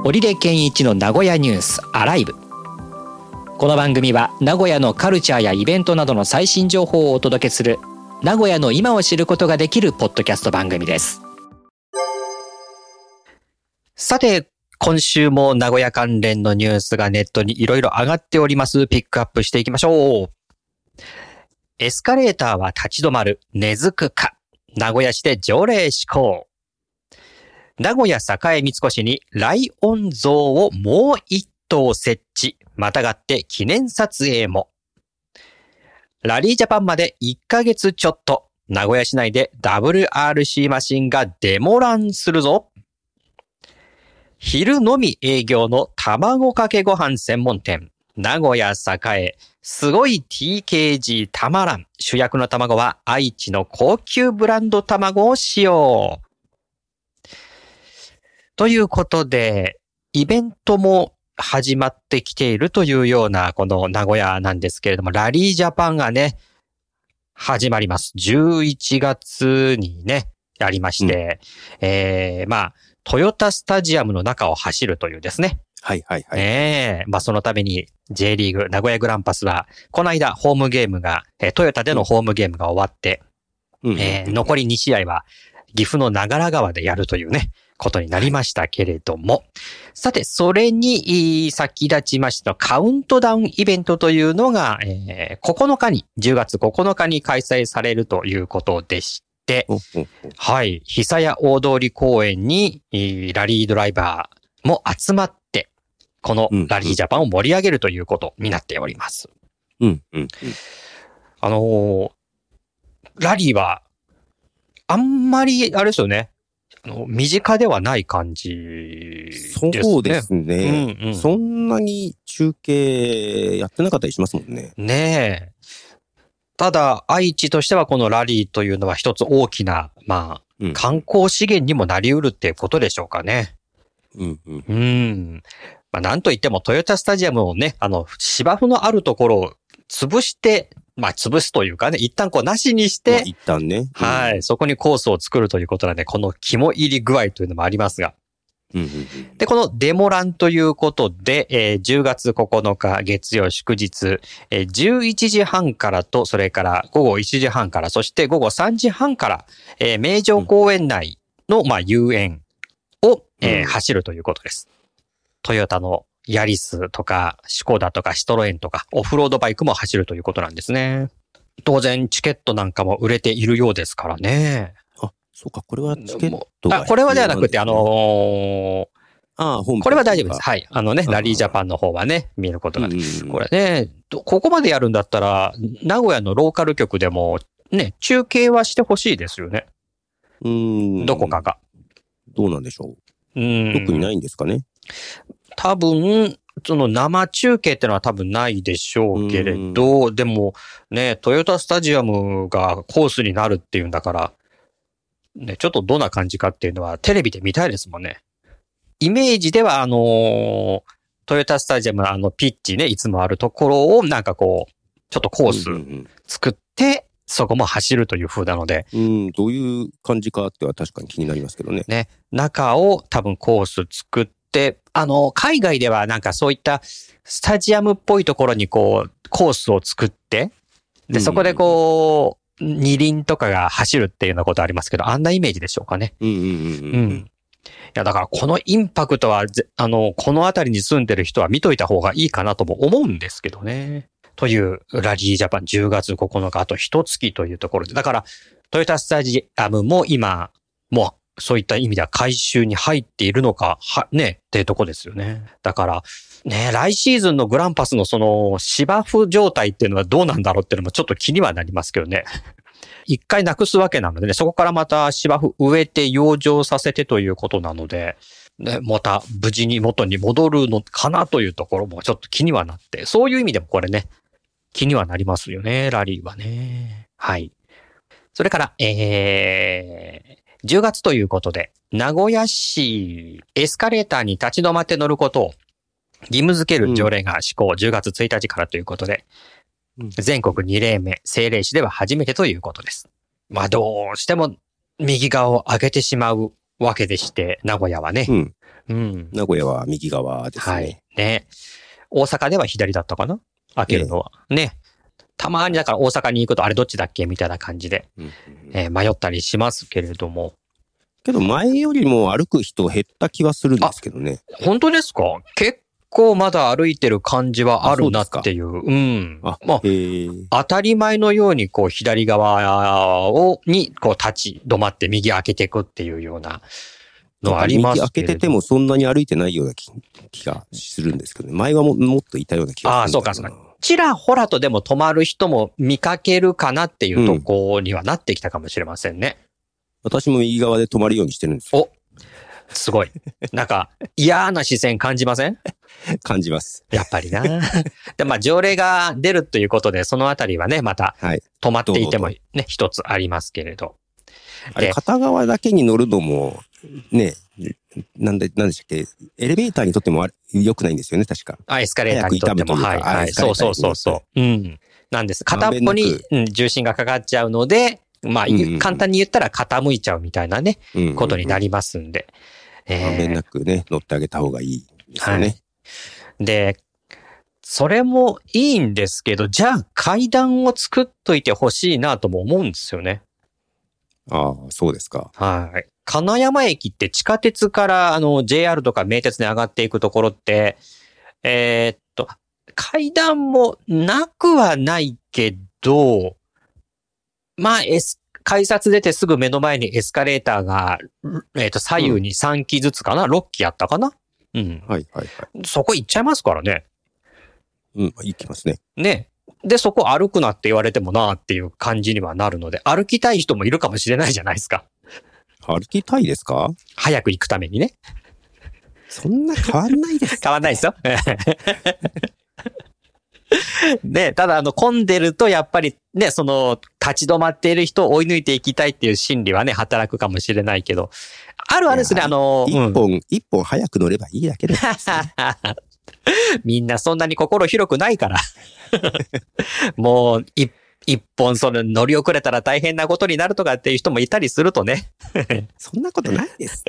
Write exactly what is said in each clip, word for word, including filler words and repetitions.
織出健一の名古屋ニュースアライブ。この番組は名古屋のカルチャーやイベントなどの最新情報をお届けする名古屋の今を知ることができるポッドキャスト番組です。さて、今週も名古屋関連のニュースがネットにいろいろ上がっております。ピックアップしていきましょう。エスカレーターは立ち止まる、根付くか。名古屋市で条例施行。名古屋栄三越にライオン像をもう一頭設置。またがって記念撮影も。ラリージャパンまでいっかげつちょっと。名古屋市内で ダブリューアールシー マシンがデモランするぞ。昼のみ営業の卵かけご飯専門店。名古屋栄。すごい ティーケージー たまらん。主役の卵は愛知の高級ブランド卵を使用。ということで、イベントも始まってきているというようなこの名古屋なんですけれども、ラリージャパンがね、始まります。じゅういちがつにね、やりまして、うん、えー、まあ、トヨタスタジアムの中を走るというですね。 はいはいはい。 ええー、まあそのために J リーグ名古屋グランパスは、この間ホームゲームが、えー、トヨタでのホームゲームが終わって、うんえー、残りに試合は岐阜の長良川でやるというね、ことになりましたけれども。さて、それに先立ちましたカウントダウンイベントというのが、えー、ここのかに、じゅうがつここのかに開催されるということでして、はい、久屋大通公園にラリードライバーも集まって、このラリージャパンを盛り上げるということになっております。 うんうんうん、 あのー、ラリーは、あんまり、あれですよね。あの身近ではない感じですね。 そうですね、 うんうん。 そんなに中継やってなかったりしますもんね。 ねえ。ただ、愛知としてはこのラリーというのは一つ大きな、まあ、うん、観光資源にもなり得るっていうことでしょうかね。 うんうん。 うん。まあ、なんといってもトヨタスタジアムをね、あの、芝生のあるところを潰して、まあ、潰すというかね、一旦こうなしにして、まあ、 一旦ね、うん。 はい。そこにコースを作るということなんで、この肝入り具合というのもありますが。 うんうんうん、 で、このデモランということで、えー、じゅうがつここのか月曜祝日、えー、じゅういちじはんからと、それから午後いちじはんから、そして午後さんじはんから、えー、名城公園内の、まあ、遊園を、えーうん、走るということです。トヨタのヤリスとか、シコダとか、シトロエンとか、オフロードバイクも走るということなんですね。当然、チケットなんかも売れているようですからね。 あ、そうか、これはチケットが、 あ、これはではなくて、あのー、 ああ、本これは大丈夫です。はい。あのね、ラリージャパンの方はね、見ることができる。これね、ここまでやるんだったら、名古屋のローカル局でも、ね、中継はしてほしいですよね。 うーん。 どこかが。 どうなんでしょう。 うん。 特にないんですかね。 多分、その生中継ってのは多分ないでしょうけれど、でもね、トヨタスタジアムがコースになるっていうんだから、ね、ちょっとどんな感じかっていうのはテレビで見たいですもんね。イメージではあのー、トヨタスタジアムのあのピッチね、いつもあるところをなんかこう、ちょっとコース作って、そこも走るという風なので。 うん、どういう感じかっては確かに気になりますけどね。 ね、中を多分コース作って、で、あの、海外ではなんかそういったスタジアムっぽいところにこう、コースを作って、で、そこでこう、二輪とかが走るっていうようなことありますけど、あんなイメージでしょうかね。 うんうんうんうん。うん。 いや、だからこのインパクトは、あの、この辺りに住んでる人は見といた方がいいかなとも思うんですけどね。というラリージャパンじゅうがつここのか、あと一月というところで。だから、トヨタスタジアムも今、もう、そういった意味では回収に入っているのか、は、ね、っていうとこですよね。だから、ね、来シーズンのグランパスのその芝生状態っていうのはどうなんだろうっていうのもちょっと気にはなりますけどね。一回なくすわけなのでね、そこからまた芝生植えて養生させてということなので、ね、また無事に元に戻るのかなというところもちょっと気にはなって、そういう意味でもこれね、気にはなりますよね、ラリーはね。はい。それから、えー、じゅうがつということで、名古屋市エスカレーターに立ち止まって乗ることを義務付ける条例が施行、うん、じゅうがつついたちからということで、うん、全国に例目、政令市では初めてということです。まあどうしても右側を上げてしまうわけでして、名古屋はね。 うん。 うん。 名古屋は右側ですね。はい。 ね。大阪では左だったかな？開けるのは。えー、ね。たまにだから大阪に行くとあれどっちだっけみたいな感じで、うんうん、えー、迷ったりしますけれども。 けど前よりも歩く人減った気はするんですけどね。 本当ですか？結構まだ歩いてる感じはあるなっていう。ううん。あ、まあ、当たり前のようにこう左側をにこう立ち止まって右開けていくっていうようなのありますけれど。 右開けててもそんなに歩いてないような 気, 気がするんですけどね。前は も, もっといたような気がするんだけどな。ああ、 そうかそうか。ちらほらとでも止まる人も見かけるかなっていうところにはなってきたかもしれませんね。 うん、私も右側で止まるようにしてるんですよ。 お、すごい。なんか嫌な視線感じません？ 感じます。 やっぱりな。で、まあ条例が出るということで、そのあたりはね、また止まっていてもね、はい、一つありますけれど。 あれ、片側だけに乗るのも、ね、なんで、なんでしたっけ、エレベーターにとっても良くないんですよね、確か。 あ、エスカレーターにとっても。はい、はい。そうそうそうそう。うん。なんです。片っぽに、うん、重心がかかっちゃうので、まあ、うんうん、簡単に言ったら傾いちゃうみたいなね、うんうんうん、ことになりますんで。 まんべんなくね、乗ってあげた方がいいですよね。はい、 で、それもいいんですけど、じゃあ階段を作っといてほしいなとも思うんですよね。 ああ、そうですか。 はい。金山駅って地下鉄からあの ジェイアール とか名鉄に上がっていくところって、えー、っと、階段もなくはないけど、まあ、エス、改札出てすぐ目の前にエスカレーターが、えー、っと、左右にさんきずつかな、うん、ろっきあったかな。うん。 はいはいはい。 そこ行っちゃいますからね。 うん、行きますね。 ね。で、そこ歩くなって言われてもなっていう感じにはなるので、歩きたい人もいるかもしれないじゃないですか。 歩きたいですか？ 早く行くためにね。 そんな変わんないです、ね。 変わんないですよ。で、ただあの混んでるとやっぱりね、その立ち止まっている人を追い抜いていきたいっていう心理はね、働くかもしれないけど、あるあるですね、あの、 一本、うん、一本早く乗ればいいだけです。 みんなそんなに心広くないから。もう、一一本それ乗り遅れたら大変なことになるとかっていう人もいたりするとね。 そんなことないです。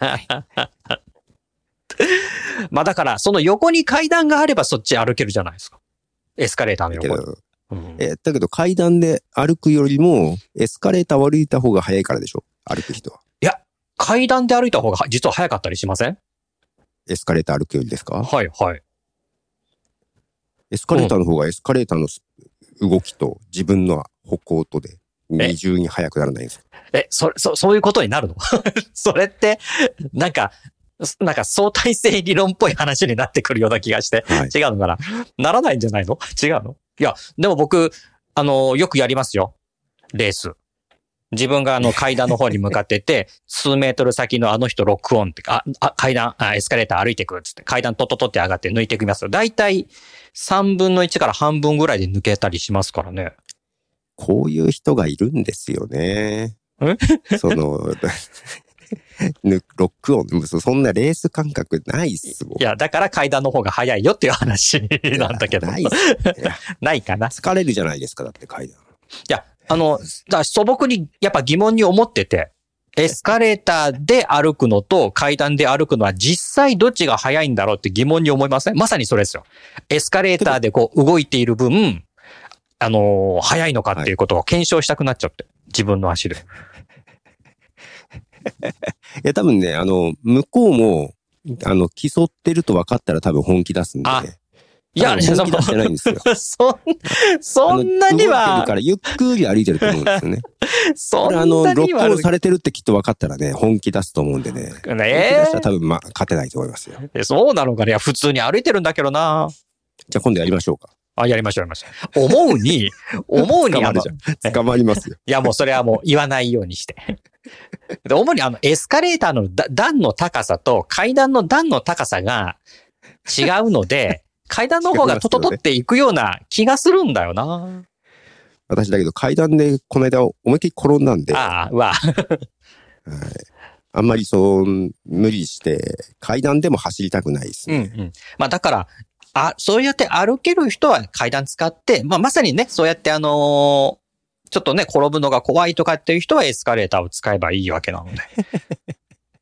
まあだから、その横に階段があればそっち歩けるじゃないですか。エスカレーターの横に。 だけど、うん、えだけど階段で歩くよりもエスカレーターを歩いた方が早いからでしょ、歩く人は。 いや、階段で歩いた方が実は早かったりしません？ エスカレーター歩くよりですか？ はいはい。 エスカレーターの方がエスカレーターの動きと自分の歩行とで二重に速くならないんですか？ え、えそ、そ、そういうことになるの？それって、なんか、なんか相対性理論っぽい話になってくるような気がして、はい、違うのかな？ならないんじゃないの？違うの？いや、でも僕、あの、よくやりますよ。レース。自分があの階段の方に向かってて、数メートル先のあの人ロックオンって、あ、あ階段あ、エスカレーター歩いてくっつって、階段トトトって上がって抜いていきますよ。だいたいさんぶんのいちから半分ぐらいで抜けたりしますからね。 こういう人がいるんですよね。その、ロックオン、そんなレース感覚ないっすもん。 いや、だから階段の方が早いよっていう話なんだけど。 ないっす。 ないかな。 疲れるじゃないですか、だって階段。いや、あの、だ素朴にやっぱ疑問に思ってて、エスカレーターで歩くのと階段で歩くのは実際どっちが早いんだろうって疑問に思いません？まさにそれですよ。エスカレーターでこう動いている分、あのー、早いのかっていうことを検証したくなっちゃって、自分の足で。 いや、多分ね、あの、向こうも、あの、競ってると分かったら多分本気出すんで。 いや、 本気出してないんですよ。 そん、そんなには。 動いてるからゆっくり歩いてると思うんですよね。 そんなには。 あの、ロックオンされてるってきっと分かったらね、本気出すと思うんでね。ねえ。本気出したら多分、まあ、勝てないと思いますよ。 そうなのかね。いや、普通に歩いてるんだけどな。 じゃあ今度やりましょうか。 あ、やりましょう、やりましょう。思うに、思うに、 捕まるじゃん。捕まりますよ。 いや、もうそれはもう言わないようにして。で主にあの、エスカレーターの段の高さと階段の段の高さが違うので、階段の方がトトトっていくような気がするんだよな。 私だけど階段でこの間思いっきり転んだんで。 ああ、うわ。はい。 あんまりそう、無理して階段でも走りたくないですね。 うんうん。まあだから、あ、そうやって歩ける人は階段使って、まあまさにね、そうやってあのー、ちょっとね、転ぶのが怖いとかっていう人はエスカレーターを使えばいいわけなので。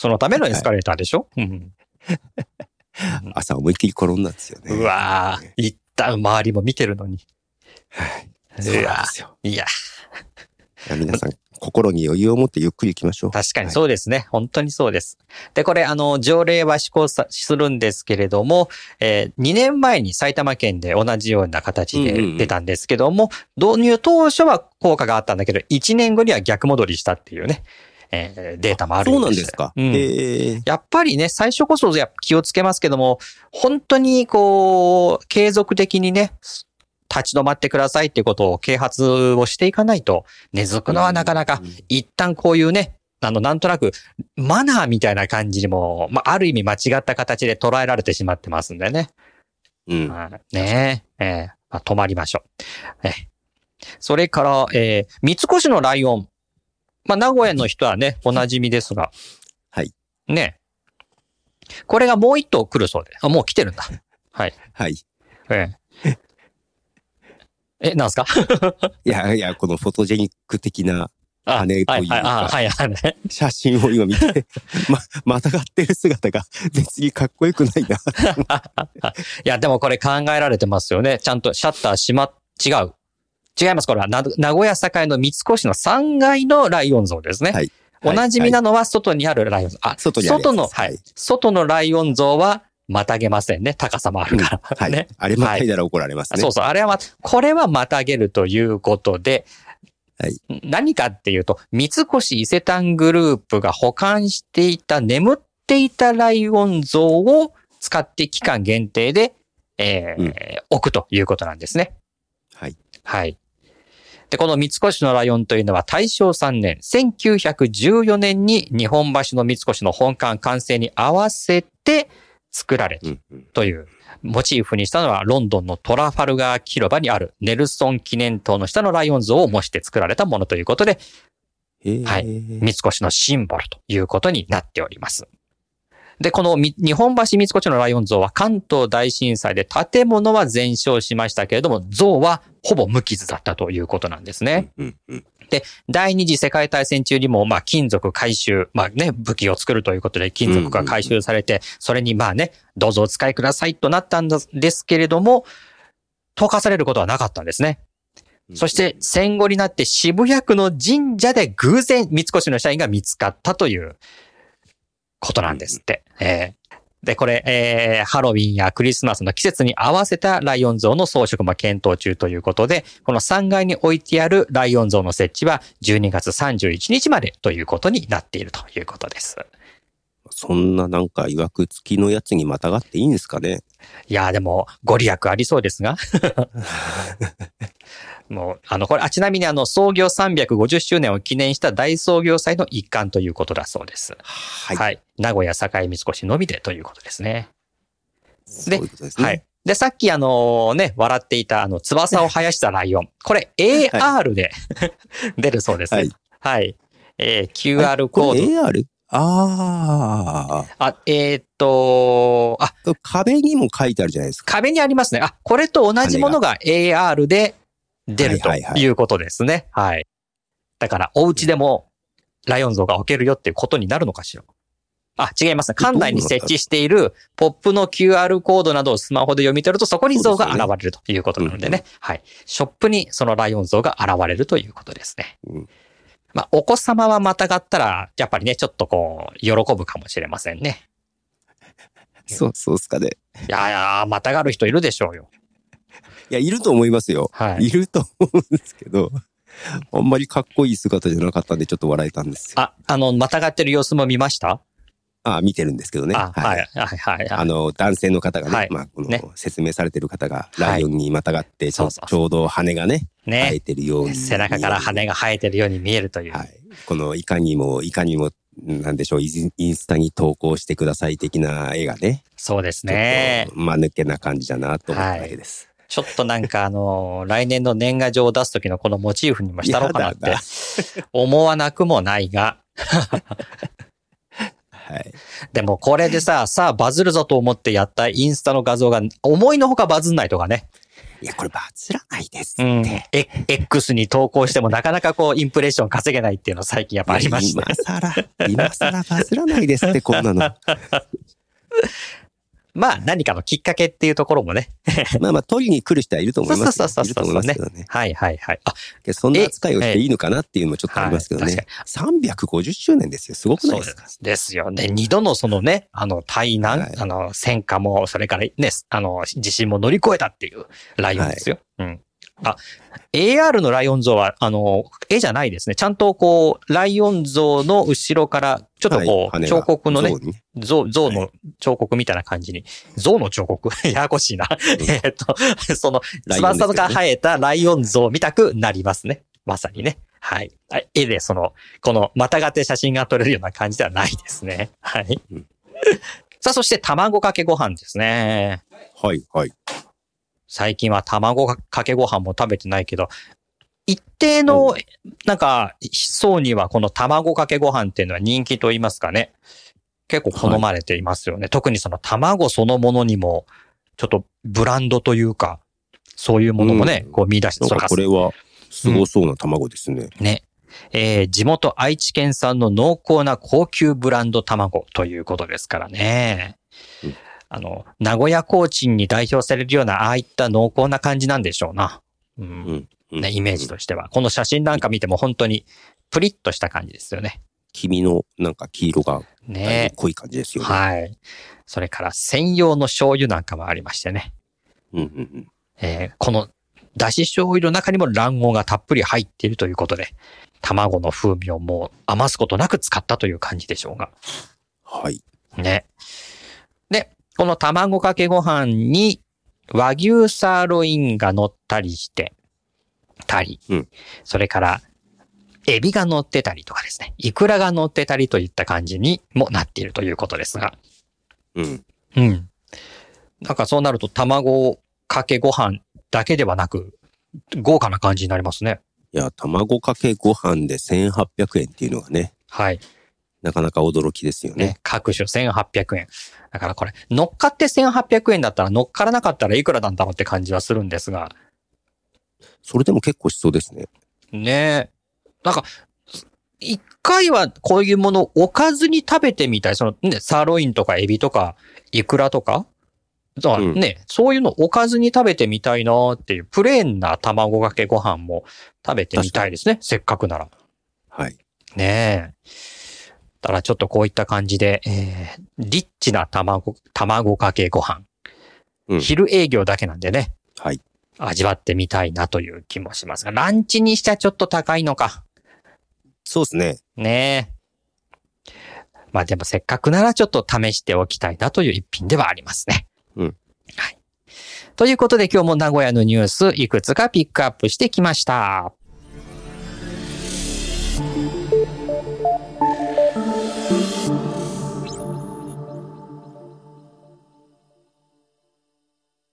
そのためのエスカレーターでしょ、はい、うん、 朝思いっきり転んだんですよね。 うわぁ、一旦周りも見てるのに。 はい。そうなんですよ。 いや。 いや皆さん、心に余裕を持ってゆっくり行きましょう。 確かにそうですね。はい、本当にそうです。で、これ、あの、条例は施行するんですけれども、えー、にねんまえに埼玉県で同じような形で出たんですけども、うんうんうん、導入当初は効果があったんだけど、いちねんごには逆戻りしたっていうね、えー、データもあるんです。 そうなんですか。うん、へー。 やっぱりね、最初こそ気をつけますけども、本当にこう、継続的にね、立ち止まってくださいっていうことを啓発をしていかないと根付くのはなかなか、一旦こういうね、あの、なんとなくマナーみたいな感じにも、まあ、ある意味間違った形で捉えられてしまってますんでね。 うん。 まあ、ねえ、えーまあ、止まりましょう。えー、それから、えー、三越のライオン。まあ、名古屋の人はね、お馴染みですが。 はい。 ね。これがもう一頭来るそうで。あ、もう来てるんだ。はい。 はい。 えーえ、なんすかいやいや、このフォトジェニック的な羽というか、 はいはいはい、 写真を今見て、ま、またがってる姿が別にかっこよくないな。 いや、でもこれ考えられてますよね。ちゃんとシャッター閉ま、違う。違います。これは名古屋栄の三越のさんがいのライオン像ですね。はい。おなじみなのは外にあるライオン像。あ、外にある。外の、はい。外のライオン像は、またげませんね。高さもあるから。 うん、はい。ね。あれまたいだら怒られますね。 はい、そうそう。あれはま、これはまたげるということで、はい、何かっていうと、三越伊勢丹グループが保管していた、眠っていたライオン像を使って期間限定で、えーうん、置くということなんですね。 はい。 はい。で、この三越のライオンというのは大正さんねん、せんきゅうひゃくじゅうよねんに日本橋の三越の本館完成に合わせて、作られたという、モチーフにしたのはロンドンのトラファルガー広場にあるネルソン記念塔の下のライオン像を模して作られたものということで、はい、三越のシンボルということになっております。で、この日本橋三越のライオン像は関東大震災で建物は全焼しましたけれども、像はほぼ無傷だったということなんですね。うんうんうんで、第二次世界大戦中にも、まあ、金属回収、まあね、武器を作るということで金属が回収されて、それにまあね、どうぞお使いくださいとなったんですけれども、溶かされることはなかったんですね。そして戦後になって渋谷区の神社で偶然三越の社員が見つかったということなんですって。えーで、これ、えー、ハロウィンやクリスマスの季節に合わせたライオン像の装飾も検討中ということで、このさんがいに置いてあるライオン像の設置はじゅうにがつさんじゅういちにちまでということになっているということです。 そんななんか曰く付きのやつにまたがっていいんですかね。 いやーでもご利益ありそうですが。もう、あの、これ、あ、ちなみにあの、創業さんびゃくごじゅっしゅうねんを記念した大創業祭の一環ということだそうです。はい。はい。名古屋栄三越のみでということですね。 で、そういうことですね。はい。 で、さっきあのね、笑っていたあの、翼を生やしたライオン。これ エーアール で、はい、出るそうですね。はい。はい。えー、キューアール コード。 エーアール？ ああ。あ、えー、っと、あ、 壁にも書いてあるじゃないですか。 壁にありますね。あ、これと同じものが エーアール で出るということですね。はい、はいはい。だから、お家でもライオン像が置けるよっていうことになるのかしら。あ、違いますね。館内に設置しているポップの キューアール コードなどをスマホで読み取るとそこに像が現れるということなのでね。でねうん、はい。ショップにそのライオン像が現れるということですね。うん、まあ、お子様はまたがったら、やっぱりね、ちょっとこう、喜ぶかもしれませんね。 そう、そうっすかね。 いやいや、またがる人いるでしょうよ。 いや、いると思いますよ。はい。いると思うんですけど、あんまりかっこいい姿じゃなかったんでちょっと笑えたんですよ。 あ、あの、またがってる様子も見ました？ ああ、見てるんですけどね。 あ、はい、はい、はい、はい。 あの、男性の方がね、はい、まあ、この、ね、説明されてる方が、ライオンにまたがって、ちょ、はい、ちょうど羽がね、ね生えてるように。 背中から羽が生えてるように見えるという。はい。 この、いかにも、いかにも、なんでしょう、インスタに投稿してください的な絵がね。 そうですね。 まぬけな感じだなと思ったわけです。 はいちょっとなんかあの、来年の年賀状を出す時のこのモチーフにもしたろうかなって思わなくもないが。はい。でもこれでさ、さあバズるぞと思ってやったインスタの画像が思いのほかバズんないとかね。 いや、これバズらないですって。 うん。え X に投稿してもなかなかこう、インプレッション稼げないっていうの最近やっぱありまして。 今更、今更バズらないですって、こんなの。 まあ、何かのきっかけっていうところもね。 まあまあ、取りに来る人はいると思いますよ。 そうそうそうそうそう、ね。 いると思いますけどね。 はいはいはい。あ、 そんな扱いをしていいのかなっていうのもちょっとありますけどね。はい、さんびゃくごじゅっしゅうねんですよ。すごくないですか？ そうですよね。二度のそのね、あの、対難、はい、あの、戦火も、それからね、あの、地震も乗り越えたっていうライオンですよ。はい、うん。あ、エーアール のライオン像は、あの、絵じゃないですね。ちゃんとこう、ライオン像の後ろから、ちょっとこう、はい、彫刻のね、像、像の彫刻みたいな感じに、像の彫刻ややこしいな。えっと、その、翼が生えたライオン像みたくなりますね。まさにね。はい。絵でその、この、またがって写真が撮れるような感じではないですね。はい。うん、さあ、そして卵かけご飯ですね。 はい、はい。 最近は卵かけご飯も食べてないけど、一定の、なんか、層にはこの卵かけご飯っていうのは人気と言いますかね。結構好まれていますよね。はい、特にその卵そのものにも、ちょっとブランドというか、そういうものもね、うん、こう見出して、 なんかこれは、すごそうな卵ですね。 うん、ね。えー、地元愛知県産の濃厚な高級ブランド卵ということですからね。うんあの、名古屋コーチンに代表されるような、ああいった濃厚な感じなんでしょうな。うん。うん、ね、イメージとしては。この写真なんか見ても本当にプリッとした感じですよね。 黄身のなんか黄色がね、濃い感じですよね。 はい。それから専用の醤油なんかもありましてね。 うんうんうんえー、このだし醤油の中にも卵黄がたっぷり入っているということで、卵の風味をもう余すことなく使ったという感じでしょうが。 はい。 ね。で、この卵かけご飯に和牛サーロインが乗ったりしてたり、うん、それからエビが乗ってたりとかですね、イクラが乗ってたりといった感じにもなっているということですが。 うん。 うん。なんかそうなると卵かけご飯だけではなく豪華な感じになりますね。 いや、卵かけご飯でせんはっぴゃくえんっていうのがね。 はい。 なかなか驚きですよね。ね、 各種せんはっぴゃくえん。だからこれ、乗っかってせんはっぴゃくえんだったら乗っからなかったらいくらなんだろうって感じはするんですが。 それでも結構しそうですね。 ねえ。なんか、一回はこういうものをおかずに食べてみたい。そのね、サーロインとかエビとかイクラとか。そうね、うん、そういうのおかずに食べてみたいなっていう、プレーンな卵かけご飯も食べてみたいですね。せっかくなら。 はい。 ねえ。だからちょっとこういった感じで、えー、リッチな卵、卵かけご飯、うん。昼営業だけなんでね。 はい。 味わってみたいなという気もしますが、ランチにしちゃちょっと高いのか。 そうですね。 ねえ。まあでもせっかくならちょっと試しておきたいなという一品ではありますね。 うん。 はい。ということで今日も名古屋のニュースいくつかピックアップしてきました。